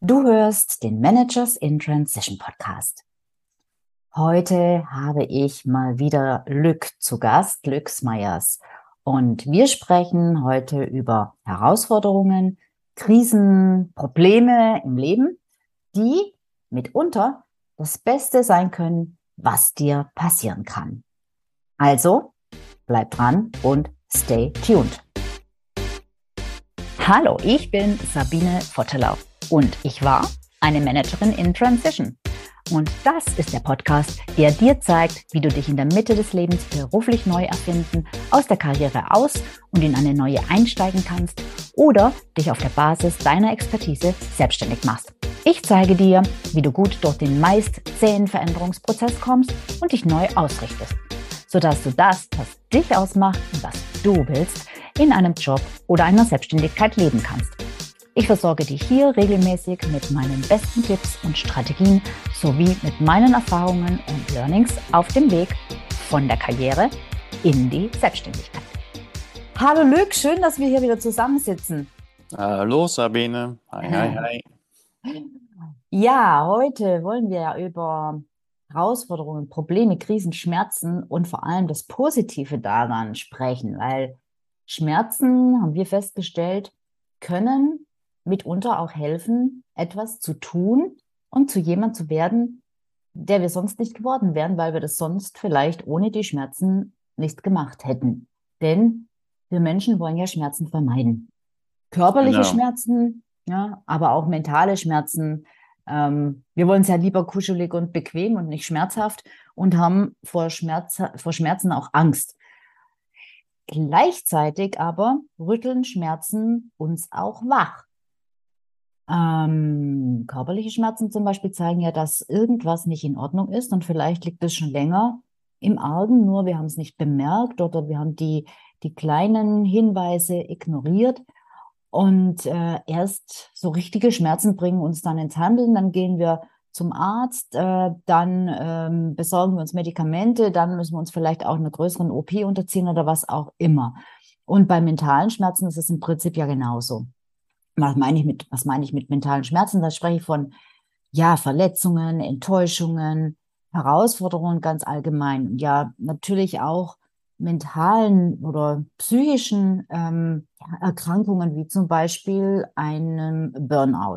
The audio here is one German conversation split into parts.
Du hörst den Managers in Transition Podcast. Heute habe ich mal wieder Lück zu Gast, Lück Smeyers. Und wir sprechen heute über Herausforderungen, Krisen, Probleme im Leben, die mitunter das Beste sein können, was dir passieren kann. Also, bleib dran und stay tuned. Hallo, ich bin Sabine Vottelau und ich war eine Managerin in Transition. Und das ist der Podcast, der dir zeigt, wie du dich in der Mitte des Lebens beruflich neu erfinden, aus der Karriere aus und in eine neue einsteigen kannst oder dich auf der Basis deiner Expertise selbstständig machst. Ich zeige dir, wie du gut durch den meist zähen Veränderungsprozess kommst und dich neu ausrichtest, sodass du das, was dich ausmacht und was du willst, in einem Job oder einer Selbstständigkeit leben kannst. Ich versorge dich hier regelmäßig mit meinen besten Tipps und Strategien sowie mit meinen Erfahrungen und Learnings auf dem Weg von der Karriere in die Selbstständigkeit. Hallo Lück, schön, dass wir hier wieder zusammensitzen. Hallo Sabine, hi, hi, hi. Ja, heute wollen wir ja über Herausforderungen, Probleme, Krisen, Schmerzen und vor allem das Positive daran sprechen, weil Schmerzen, haben wir festgestellt, können mitunter auch helfen, etwas zu tun und zu jemand zu werden, der wir sonst nicht geworden wären, weil wir das sonst vielleicht ohne die Schmerzen nicht gemacht hätten. Denn wir Menschen wollen ja Schmerzen vermeiden. Körperliche Genau. Schmerzen, ja, aber auch mentale Schmerzen. Wir wollen es ja lieber kuschelig und bequem und nicht schmerzhaft und haben vor Schmerzen auch Angst. Gleichzeitig aber rütteln Schmerzen uns auch wach. Körperliche Schmerzen zum Beispiel zeigen ja, dass irgendwas nicht in Ordnung ist und vielleicht liegt es schon länger im Argen, nur wir haben es nicht bemerkt oder wir haben die kleinen Hinweise ignoriert und erst so richtige Schmerzen bringen uns dann ins Handeln, dann gehen wir zum Arzt, dann besorgen wir uns Medikamente, dann müssen wir uns vielleicht auch einer größeren OP unterziehen oder was auch immer. Und bei mentalen Schmerzen ist es im Prinzip ja genauso. Was meine ich mit mentalen Schmerzen? Da spreche ich von, ja, Verletzungen, Enttäuschungen, Herausforderungen ganz allgemein. Und ja, natürlich auch mentalen oder psychischen Erkrankungen, wie zum Beispiel einem Burnout.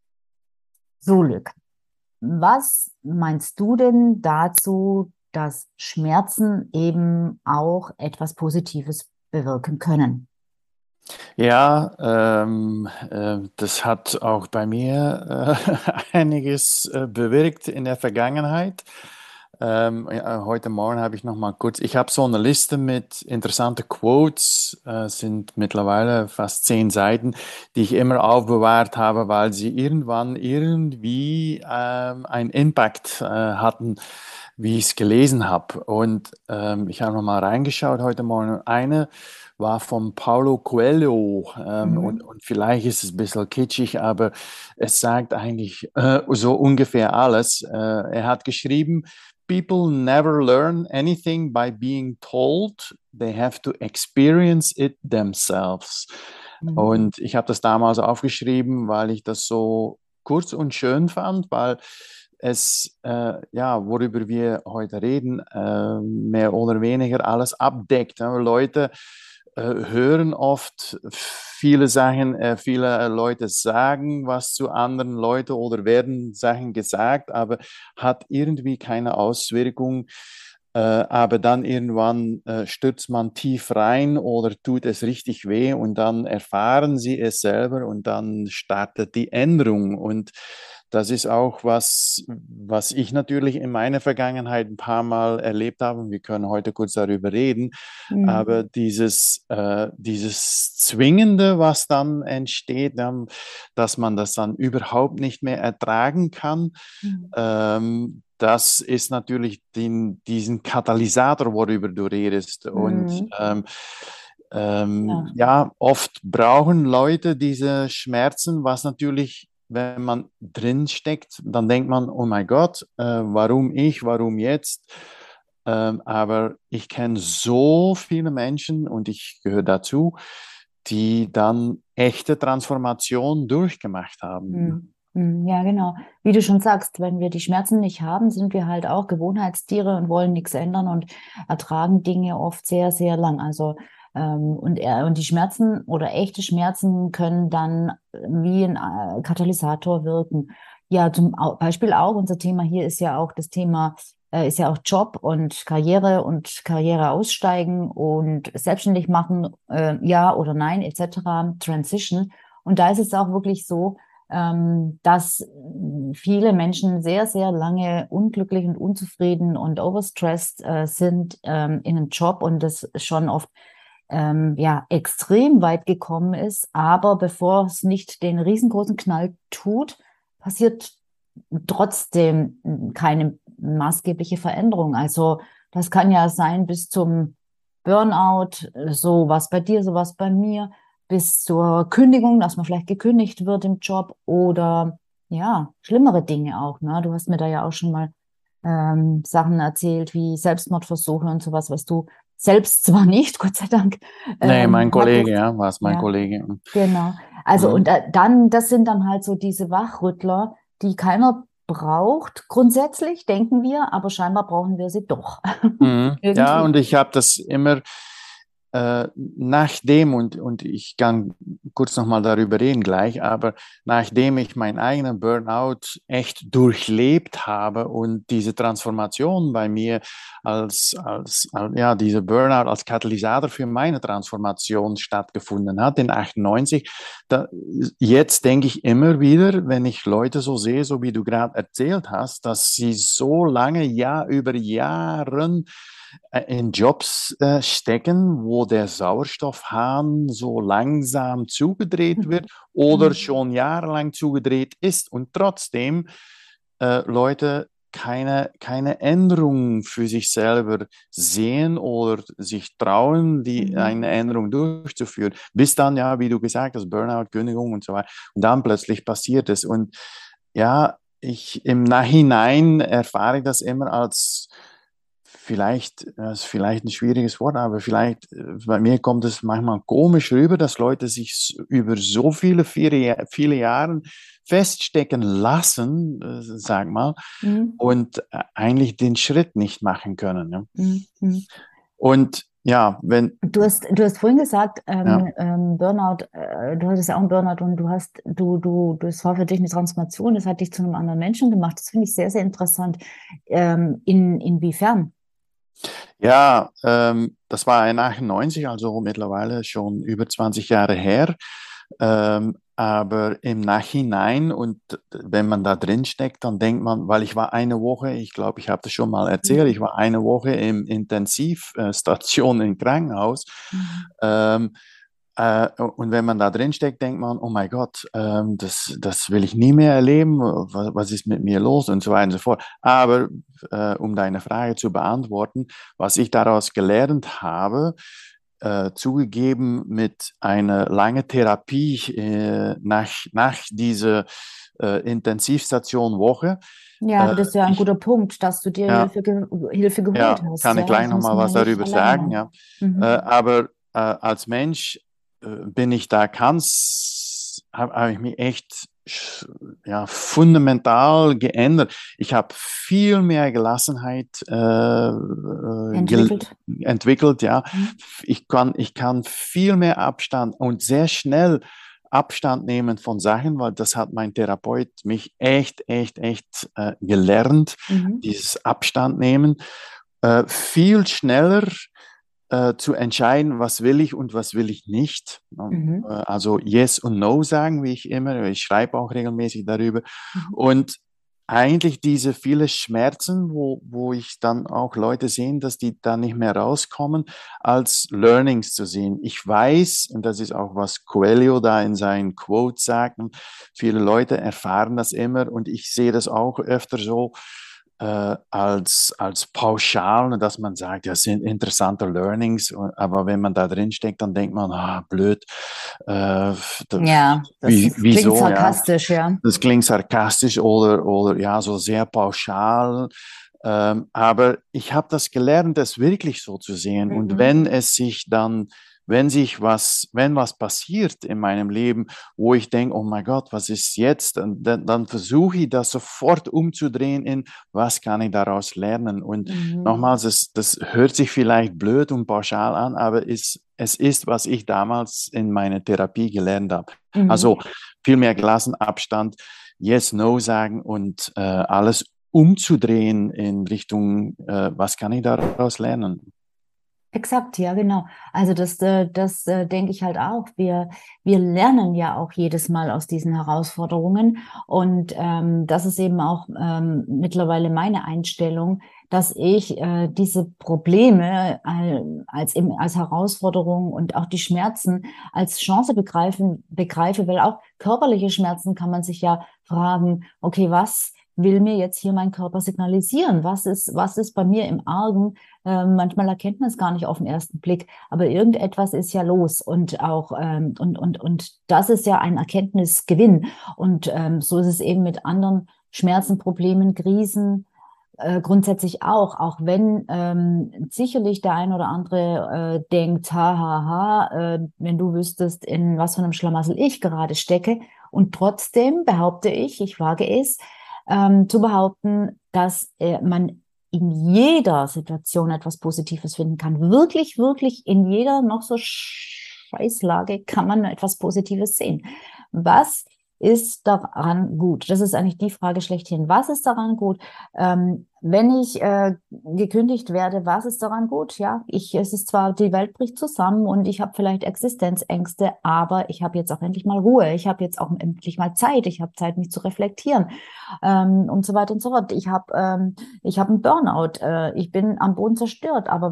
So, Lück, was meinst du denn dazu, dass Schmerzen eben auch etwas Positives bewirken können? Ja, das hat auch bei mir einiges bewirkt in der Vergangenheit. Ja, heute Morgen habe ich noch mal kurz, ich habe so eine Liste mit interessanten Quotes, sind mittlerweile fast 10 Seiten, die ich immer aufbewahrt habe, weil sie irgendwann irgendwie einen Impact hatten, wie ich es gelesen habe. Und ich habe noch mal reingeschaut heute Morgen. Eine war von Paulo Coelho. Und, Mhm. und vielleicht ist es ein bisschen kitschig, aber es sagt eigentlich so ungefähr alles. Er hat geschrieben, People never learn anything by being told. They have to experience it themselves. Mhm. Und ich habe das damals aufgeschrieben, weil ich das so kurz und schön fand, weil es, ja, worüber wir heute reden, mehr oder weniger alles abdeckt. Ja. Leute hören oft viele Sachen, viele Leute sagen was zu anderen Leuten oder werden Sachen gesagt, aber hat irgendwie keine Auswirkung. Aber dann irgendwann stürzt man tief rein oder tut es richtig weh und dann erfahren sie es selber und dann startet die Änderung. Und das ist auch was ich natürlich in meiner Vergangenheit ein paar Mal erlebt habe. Und wir können heute kurz darüber reden. Mhm. Aber dieses Zwingende, was dann entsteht, dass man das dann überhaupt nicht mehr ertragen kann, Mhm. das ist natürlich diesen Katalysator, worüber du redest. Und Mhm. Ja. ja, oft brauchen Leute diese Schmerzen, was natürlich, wenn man drin steckt, dann denkt man, oh mein Gott, warum ich, warum jetzt? Aber ich kenne so viele Menschen und ich gehöre dazu, die dann echte Transformation durchgemacht haben. Mhm. Ja, genau. Wie du schon sagst, wenn wir die Schmerzen nicht haben, sind wir halt auch Gewohnheitstiere und wollen nichts ändern und ertragen Dinge oft sehr, sehr lang. Also, und die Schmerzen oder echte Schmerzen können dann wie ein Katalysator wirken. Ja, zum Beispiel auch, unser Thema hier ist ja auch das Thema, ist ja auch Job und Karriere aussteigen und selbstständig machen, ja oder nein, etc., Transition. Und da ist es auch wirklich so, dass viele Menschen sehr, sehr lange unglücklich und unzufrieden und overstressed sind in einem Job und das schon oft ja, extrem weit gekommen ist. Aber bevor es nicht den riesengroßen Knall tut, passiert trotzdem keine maßgebliche Veränderung. Also das kann ja sein bis zum Burnout, so was bei dir, so was bei mir, bis zur Kündigung, dass man vielleicht gekündigt wird im Job oder ja, schlimmere Dinge auch. Ne? Du hast mir da ja auch schon mal Sachen erzählt wie Selbstmordversuche und sowas, was du selbst zwar nicht, Gott sei Dank, Nee, mein Kollege, hattest. ja, war es mein Ja, Kollege. genau. Also und Mhm. dann, das sind dann halt so diese Wachrüttler, die keiner braucht, grundsätzlich, denken wir, aber scheinbar brauchen wir sie doch. Mhm. Ja, Irgendwie. und ich habe das immer nachdem, und ich kann kurz nochmal darüber reden gleich, aber nachdem ich meinen eigenen Burnout echt durchlebt habe und diese Transformation bei mir ja, diese Burnout als Katalysator für meine Transformation stattgefunden hat in 98, da, jetzt denke ich immer wieder, wenn ich Leute so sehe, so wie du gerade erzählt hast, dass sie so lange, Jahr über Jahren in Jobs stecken, wo der Sauerstoffhahn so langsam zugedreht wird oder Mhm. schon jahrelang zugedreht ist und trotzdem Leute keine Änderung für sich selber sehen oder sich trauen, Mhm. eine Änderung durchzuführen, bis dann, ja, wie du gesagt hast, Burnout, Kündigung und so weiter, und dann plötzlich passiert es. Und ja, im Nachhinein erfahre ich das immer als vielleicht, das ist vielleicht ein schwieriges Wort, aber vielleicht, bei mir kommt es manchmal komisch rüber, dass Leute sich über so viele Jahre feststecken lassen, sag mal, Mhm. und eigentlich den Schritt nicht machen können. Ja. Mhm. Mhm. Und ja, Du hast vorhin gesagt, ja, Burnout, du hattest ja auch einen Burnout und das war für dich eine Transformation, das hat dich zu einem anderen Menschen gemacht. Das finde ich sehr, sehr interessant. Inwiefern? ja, das war in 98, also mittlerweile schon über 20 Jahre her. Aber im Nachhinein und wenn man da drin steckt, dann denkt man, weil ich war eine Woche, ich glaube, ich habe das schon mal erzählt, ich war eine Woche im Intensivstation im Krankenhaus. Mhm. Ähm, und wenn man da drin steckt, denkt man, oh mein Gott, das will ich nie mehr erleben, was ist mit mir los und so weiter und so fort. Aber um deine Frage zu beantworten, was ich daraus gelernt habe, zugegeben mit einer langen Therapie nach dieser Intensivstation Woche. Ja, Äh, aber das ist ja ein ich, guter Punkt, dass du dir ja, Hilfe geholt ja, hast. kann ich Ja, gleich das muss nochmal man ja was nicht darüber alleine sagen, machen. ja. Mhm. Aber als Mensch bin ich da habe ich mich echt ja, fundamental geändert. Ich habe viel mehr Gelassenheit Entwickelt. entwickelt, ja. Mhm. Ich kann viel mehr Abstand und sehr schnell Abstand nehmen von Sachen, weil das hat mein Therapeut mich echt gelernt, Mhm. dieses Abstand nehmen, viel schneller zu entscheiden, was will ich und was will ich nicht. Mhm. Also Yes und No sagen, wie ich immer. Ich schreibe auch regelmäßig darüber. Mhm. Und eigentlich diese viele Schmerzen, wo ich dann auch Leute sehen, dass die da nicht mehr rauskommen, als Learnings zu sehen. Ich weiß, und das ist auch, was Coelho da in seinen Quotes sagt, und viele Leute erfahren das immer und ich sehe das auch öfter so, als pauschal, dass man sagt, ja, sind interessante Learnings, aber wenn man da drin steckt, dann denkt man, ah, blöd, äh, Ja, klingt wieso, ja, sarkastisch, ja. das klingt sarkastisch oder ja, so sehr pauschal. Aber ich habe das gelernt, das wirklich so zu sehen. Und Mhm. wenn es sich dann wenn was passiert in meinem Leben, wo ich denke, oh mein Gott, was ist jetzt? Und dann versuche ich das sofort umzudrehen in, was kann ich daraus lernen? Und Mhm. nochmals, das hört sich vielleicht blöd und pauschal an, aber es ist, was ich damals in meiner Therapie gelernt habe. Mhm. Also viel mehr Klassenabstand, Yes, No sagen und alles umzudrehen in Richtung, was kann ich daraus lernen? Exakt, ja, genau. Also das denke ich halt auch. Wir lernen ja auch jedes Mal aus diesen Herausforderungen. Und das ist eben auch mittlerweile meine Einstellung, dass ich diese Probleme als Herausforderung und auch die Schmerzen als Chance begreife, weil auch körperliche Schmerzen kann man sich ja fragen, okay, was will mir jetzt hier mein Körper signalisieren? Was ist bei mir im Argen? Manchmal erkennt man es gar nicht auf den ersten Blick, aber irgendetwas ist ja los und auch und das ist ja ein Erkenntnisgewinn. Und so ist es eben mit anderen Schmerzen, Problemen, Krisen grundsätzlich auch wenn sicherlich der ein oder andere denkt, ha, ha, ha, wenn du wüsstest, in was für einem Schlamassel ich gerade stecke. Und trotzdem behaupte ich wage es, zu behaupten, dass man in jeder Situation etwas Positives finden kann. Wirklich, wirklich in jeder noch so Scheißlage kann man etwas Positives sehen. Was ist daran gut? Das ist eigentlich die Frage schlechthin. Was ist daran gut? Wenn ich gekündigt werde, was ist daran gut? Ja, es ist zwar, die Welt bricht zusammen und ich habe vielleicht Existenzängste, aber ich habe jetzt auch endlich mal Ruhe. Ich habe jetzt auch endlich mal Zeit. Ich habe Zeit, mich zu reflektieren und so weiter und so fort. Ich habe einen Burnout. Ich bin am Boden zerstört. Aber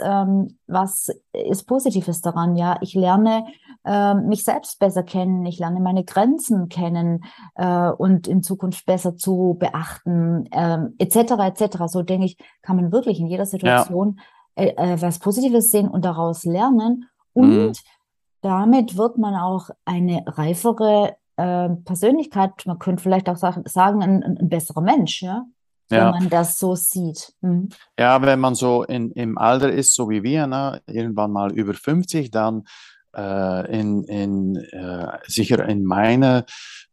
was ist Positives daran? Ja, ich lerne mich selbst besser kennen. Ich lerne meine Grenzen kennen und in Zukunft besser zu beachten, etc. etc. So denke ich, kann man wirklich in jeder Ja, Situation was Positives sehen und daraus lernen. Und mm, damit wird man auch eine reifere Persönlichkeit, man könnte vielleicht auch sagen, ein besserer Mensch, ja, wenn ja. man das so sieht. Mhm. Ja, wenn man so im Alter ist, so wie wir, ne, irgendwann mal über 50, dann sicher in meiner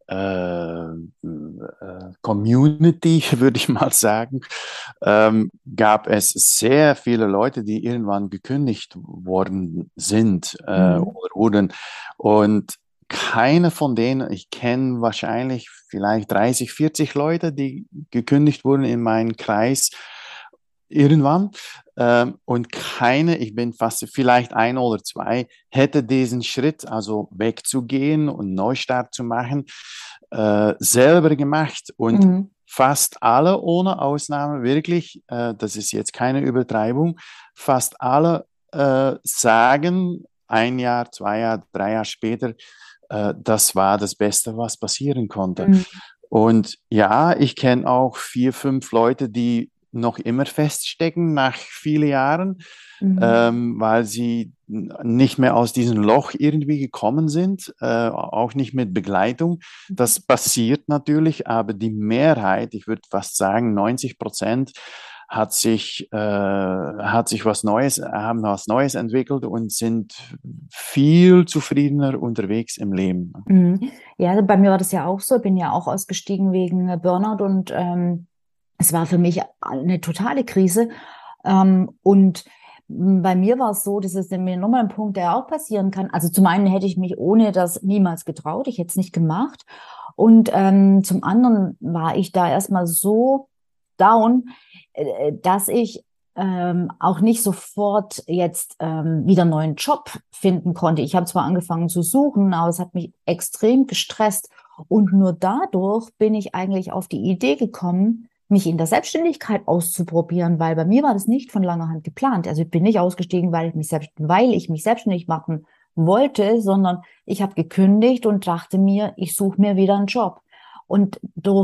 Community, würde ich mal sagen, gab es sehr viele Leute, die irgendwann gekündigt worden sind Mhm. oder wurden. Und keine von denen, ich kenne wahrscheinlich vielleicht 30, 40 Leute, die gekündigt wurden in meinem Kreis irgendwann. Und keine, ich bin fast vielleicht ein oder zwei, hätte diesen Schritt, also wegzugehen und Neustart zu machen, selber gemacht. Und Mhm. fast alle, ohne Ausnahme, wirklich, das ist jetzt keine Übertreibung, fast alle sagen ein Jahr, 2 Jahre, 3 Jahre später, das war das Beste, was passieren konnte. Mhm. Und ja, ich kenne auch 4, 5 Leute, die noch immer feststecken nach vielen Jahren, Mhm. weil sie nicht mehr aus diesem Loch irgendwie gekommen sind, auch nicht mit Begleitung. Das passiert natürlich, aber die Mehrheit, ich würde fast sagen 90%, hat sich was Neues, haben was Neues entwickelt und sind viel zufriedener unterwegs im Leben. Mhm. Ja, bei mir war das ja auch so. Ich bin ja auch ausgestiegen wegen Burnout und es war für mich eine totale Krise. Und bei mir war es so, das ist nämlich nochmal ein Punkt, der auch passieren kann. Also zum einen hätte ich mich ohne das niemals getraut, ich hätte es nicht gemacht. Und zum anderen war ich da erstmal so down, dass ich auch nicht sofort jetzt wieder einen neuen Job finden konnte. Ich habe zwar angefangen zu suchen, aber es hat mich extrem gestresst. Und nur dadurch bin ich eigentlich auf die Idee gekommen, mich in der Selbstständigkeit auszuprobieren, weil bei mir war das nicht von langer Hand geplant. Also ich bin nicht ausgestiegen, weil ich mich selbstständig machen wollte, sondern ich habe gekündigt und dachte mir, ich suche mir wieder einen Job. Und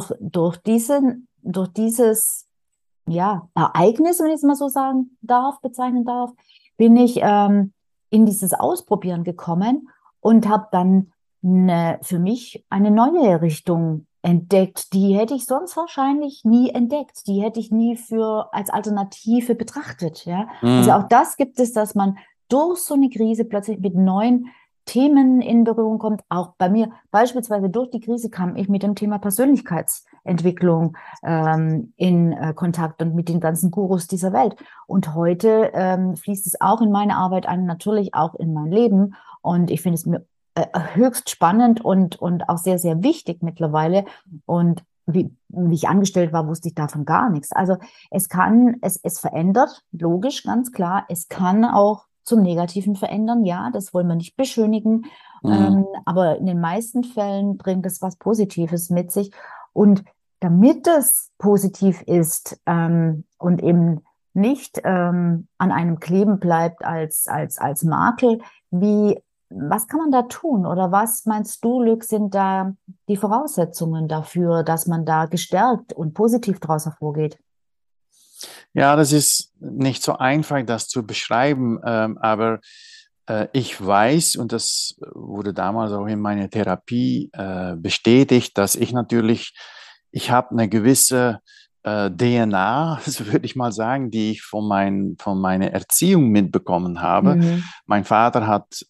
durch dieses ja, Ereignis, wenn ich es mal so sagen darf, bezeichnen darf, bin ich in dieses Ausprobieren gekommen und habe dann für mich eine neue Richtung entdeckt. Die hätte ich sonst wahrscheinlich nie entdeckt. Die hätte ich nie als Alternative betrachtet. Ja? Also Mhm. auch das gibt es, dass man durch so eine Krise plötzlich mit neuen Themen in Berührung kommt. Auch bei mir beispielsweise durch die Krise kam ich mit dem Thema Persönlichkeitsentwicklung in Kontakt und mit den ganzen Gurus dieser Welt. Und heute fließt es auch in meine Arbeit ein, natürlich auch in mein Leben. Und ich finde es mir höchst spannend und auch sehr, sehr wichtig mittlerweile. Und wie ich angestellt war, wusste ich davon gar nichts. Also es verändert, logisch, ganz klar. Es kann auch zum Negativen verändern, ja, das wollen wir nicht beschönigen. Mhm. Aber in den meisten Fällen bringt es was Positives mit sich. Und damit es positiv ist und eben nicht an einem kleben bleibt als Makel, was kann man da tun? Oder was meinst du, Luc, sind da die Voraussetzungen dafür, dass man da gestärkt und positiv daraus hervorgeht? Ja, das ist nicht so einfach, das zu beschreiben, aber ich weiß, und das wurde damals auch in meiner Therapie bestätigt, dass ich habe eine gewisse DNA, so würde ich mal sagen, die ich von meiner Erziehung mitbekommen habe. Mhm. Mein Vater hat,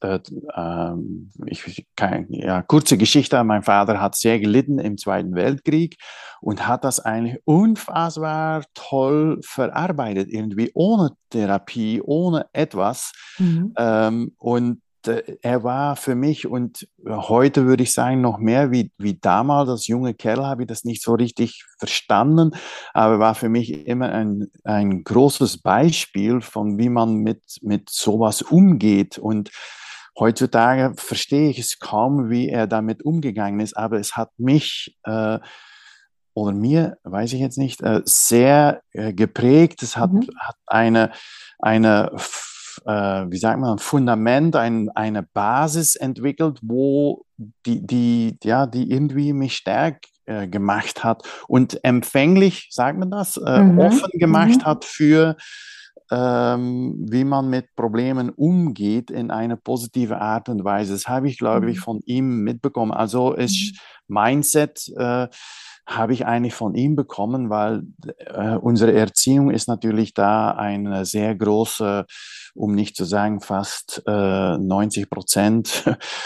ja, kurze Geschichte, mein Vater hat sehr gelitten im Zweiten Weltkrieg und hat das eigentlich unfassbar toll verarbeitet, irgendwie ohne Therapie, ohne etwas. Mhm. Und er war für mich und heute würde ich sagen noch mehr wie damals, als junge Kerl habe ich das nicht so richtig verstanden, aber war für mich immer ein großes Beispiel von wie man mit sowas umgeht und heutzutage verstehe ich es kaum, wie er damit umgegangen ist, aber es hat mich oder mir, weiß ich jetzt nicht, sehr geprägt. Es Mhm. hat wie sagt man, ein Fundament, eine Basis entwickelt, wo die irgendwie mich stark gemacht hat und empfänglich, sagt man das, Mhm. offen gemacht Mhm. hat für wie man mit Problemen umgeht in eine positive Art und Weise. Das habe ich, glaube ich, Mhm. von ihm mitbekommen. Also ist Mhm. Mindset habe ich eigentlich von ihm bekommen, weil unsere Erziehung ist natürlich da eine sehr große, um nicht zu sagen fast 90%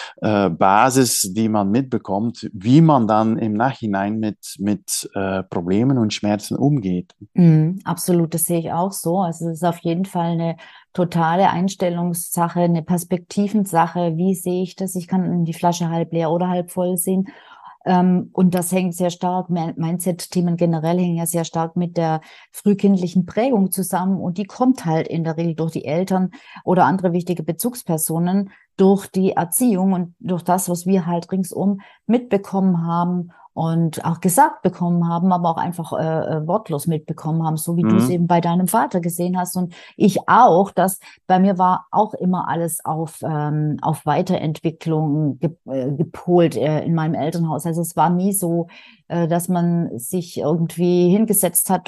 Basis, die man mitbekommt, wie man dann im Nachhinein mit Problemen und Schmerzen umgeht. Mhm. Absolut, das sehe ich auch so. Also es ist auf jeden Fall eine totale Einstellungssache, eine Perspektivensache. Wie sehe ich das? Ich kann die Flasche halb leer oder halb voll sehen. Und das hängt sehr stark, Mindset-Themen generell hängen ja sehr stark mit der frühkindlichen Prägung zusammen. Und die kommt halt in der Regel durch die Eltern oder andere wichtige Bezugspersonen, durch die Erziehung und durch das, was wir halt ringsum mitbekommen haben und auch gesagt bekommen haben, aber auch einfach wortlos mitbekommen haben, so wie du es Mhm. eben bei deinem Vater gesehen hast und ich auch, dass bei mir war auch immer alles auf Weiterentwicklung gepolt in meinem Elternhaus. Also es war nie so, dass man sich irgendwie hingesetzt hat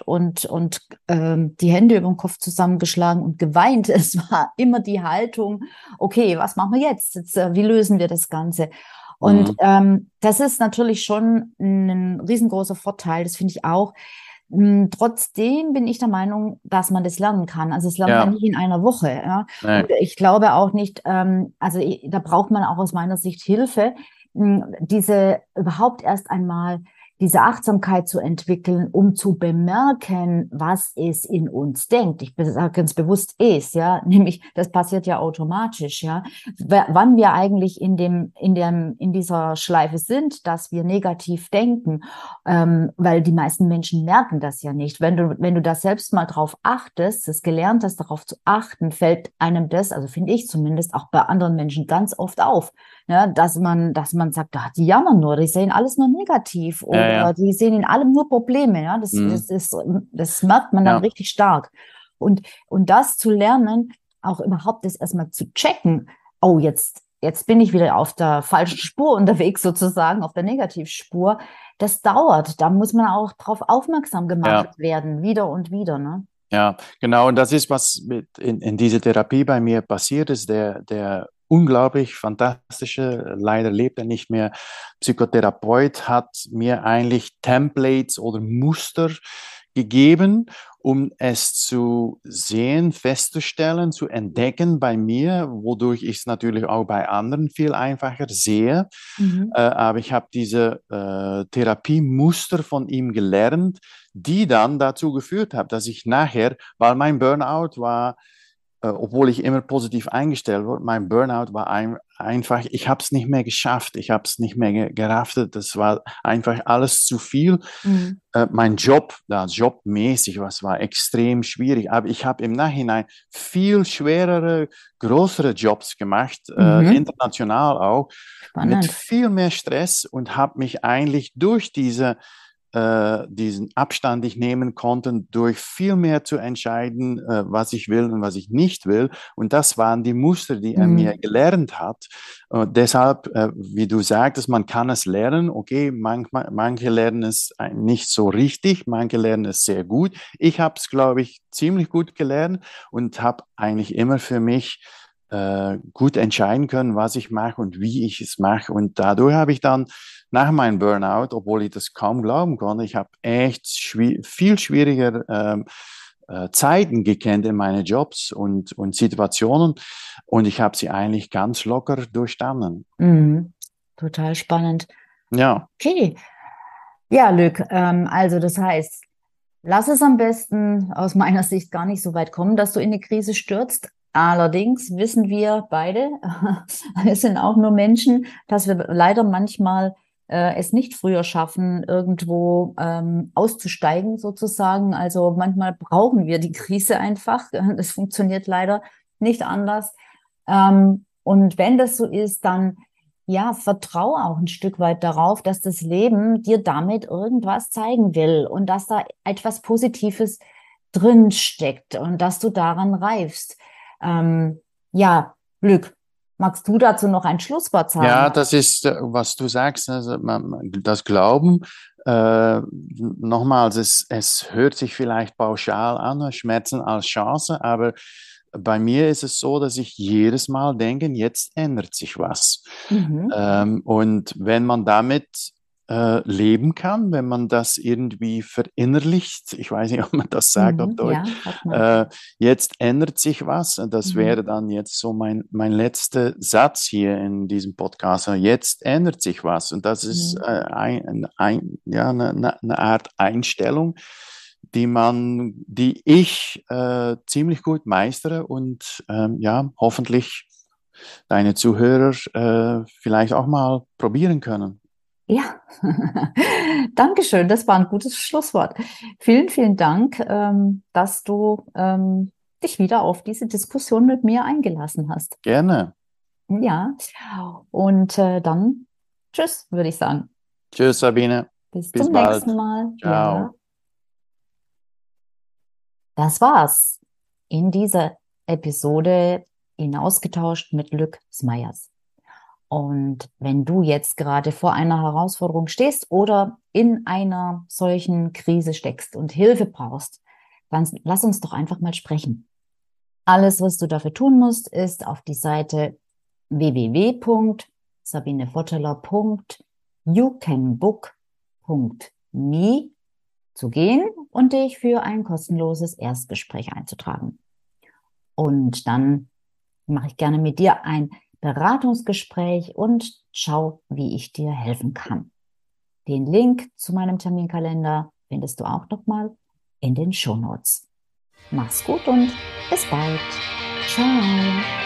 und die Hände über den Kopf zusammengeschlagen und geweint. Es war immer die Haltung, okay, was machen wir jetzt wie lösen wir das Ganze? Und Mhm. das ist natürlich schon ein riesengroßer Vorteil, das finde ich auch. Trotzdem bin ich der Meinung, dass man das lernen kann. Also es lernt man Ja, nicht in einer Woche. Ja? Und nee. ich glaube auch nicht, da braucht man auch aus meiner Sicht Hilfe, diese überhaupt erst einmal diese Achtsamkeit zu entwickeln, um zu bemerken, was es in uns denkt. Ich sage ganz bewusst es, ja, nämlich das passiert ja automatisch, ja. Wann wir eigentlich in dieser Schleife sind, dass wir negativ denken, weil die meisten Menschen merken das ja nicht. Wenn du das selbst mal drauf achtest, das gelernt hast, darauf zu achten, fällt einem das, also finde ich zumindest, auch bei anderen Menschen ganz oft auf, ne, dass man sagt, ah, die jammern nur, die sehen alles nur negativ Ja, oder ja. die sehen in allem nur Probleme. Ja, Mhm. das merkt man dann Ja, richtig stark. Und das zu lernen, auch überhaupt das erstmal zu checken, oh, jetzt bin ich wieder auf der falschen Spur unterwegs sozusagen, auf der Negativspur. Das dauert. Da muss man auch drauf aufmerksam gemacht ja. werden, wieder und wieder, ne? Ja, genau. Und das ist, was in dieser Therapie bei mir passiert ist. Der unglaublich fantastische, leider lebt er nicht mehr, Psychotherapeut hat mir eigentlich Templates oder Muster gegeben, um es zu sehen, festzustellen, zu entdecken bei mir, wodurch ich es natürlich auch bei anderen viel einfacher sehe. Mhm. Aber ich habe diese Therapiemuster von ihm gelernt, die dann dazu geführt haben, dass ich nachher, weil mein Burnout war, obwohl ich immer positiv eingestellt war, mein Burnout war einfach, ich habe es nicht mehr geschafft, ich habe es nicht mehr gerafft, das war einfach alles zu viel. Mhm. Mein Job, da jobmäßig, was war extrem schwierig, aber ich habe im Nachhinein viel schwerere, größere Jobs gemacht, Mhm. international auch, mit Spannend. viel mehr Stress und habe mich eigentlich durch diesen Abstand ich nehmen konnte, durch viel mehr zu entscheiden, was ich will und was ich nicht will. Und das waren die Muster, die er mir Mhm. gelernt hat. Deshalb, wie du sagtest, man kann es lernen. Okay, manche lernen es nicht so richtig, manche lernen es sehr gut. Ich habe es, glaube ich, ziemlich gut gelernt und habe eigentlich immer für mich gut entscheiden können, was ich mache und wie ich es mache. Und dadurch habe ich dann nach meinem Burnout, obwohl ich das kaum glauben konnte, ich habe echt viel schwieriger Zeiten gekannt in meinen Jobs und Situationen und ich habe sie eigentlich ganz locker durchstanden. Mhm. Total spannend. Ja, Okay. Ja, Luc, also das heißt, lass es am besten aus meiner Sicht gar nicht so weit kommen, dass du in eine Krise stürzt. Allerdings wissen wir beide, wir sind auch nur Menschen, dass wir leider manchmal es nicht früher schaffen, irgendwo auszusteigen sozusagen. Also manchmal brauchen wir die Krise einfach. Das funktioniert leider nicht anders. Und wenn das so ist, dann ja, vertraue auch ein Stück weit darauf, dass das Leben dir damit irgendwas zeigen will und dass da etwas Positives drin steckt und dass du daran reifst. Ja, Glück. Magst du dazu noch ein Schlusswort ja, sagen? das ist, was du sagst, also das Glauben. Nochmals, es hört sich vielleicht pauschal an, Schmerzen als Chance, aber bei mir ist es so, dass ich jedes Mal denke, jetzt ändert sich was. Mhm. Und wenn man damit leben kann, wenn man das irgendwie verinnerlicht, ich weiß nicht, ob man das sagt auf Mhm. Deutsch, Ja, sag mal. äh, jetzt ändert sich was. Das Mhm. wäre dann jetzt so mein letzter Satz hier in diesem Podcast. Jetzt ändert sich was. Und das ist Mhm. ja, eine Art Einstellung, die ich ziemlich gut meistere und ja, hoffentlich deine Zuhörer vielleicht auch mal probieren können. Ja, Dankeschön. Das war ein gutes Schlusswort. Vielen, vielen Dank, dass du dich wieder auf diese Diskussion mit mir eingelassen hast. Gerne. Ja, und dann tschüss, würde ich sagen. Tschüss, Sabine. Bis Bis zum bald. nächsten Mal. Ja, Ciao. das war's in dieser Episode hinausgetauscht mit Luc Smeyers. Und wenn du jetzt gerade vor einer Herausforderung stehst oder in einer solchen Krise steckst und Hilfe brauchst, dann lass uns doch einfach mal sprechen. Alles, was du dafür tun musst, ist auf die Seite www.sabinevorteller.youcanbook.me zu gehen und dich für ein kostenloses Erstgespräch einzutragen. Und dann mache ich gerne mit dir ein Beratungsgespräch und schau, wie ich dir helfen kann. Den Link zu meinem Terminkalender findest du auch nochmal in den Shownotes. Mach's gut und bis bald. Ciao.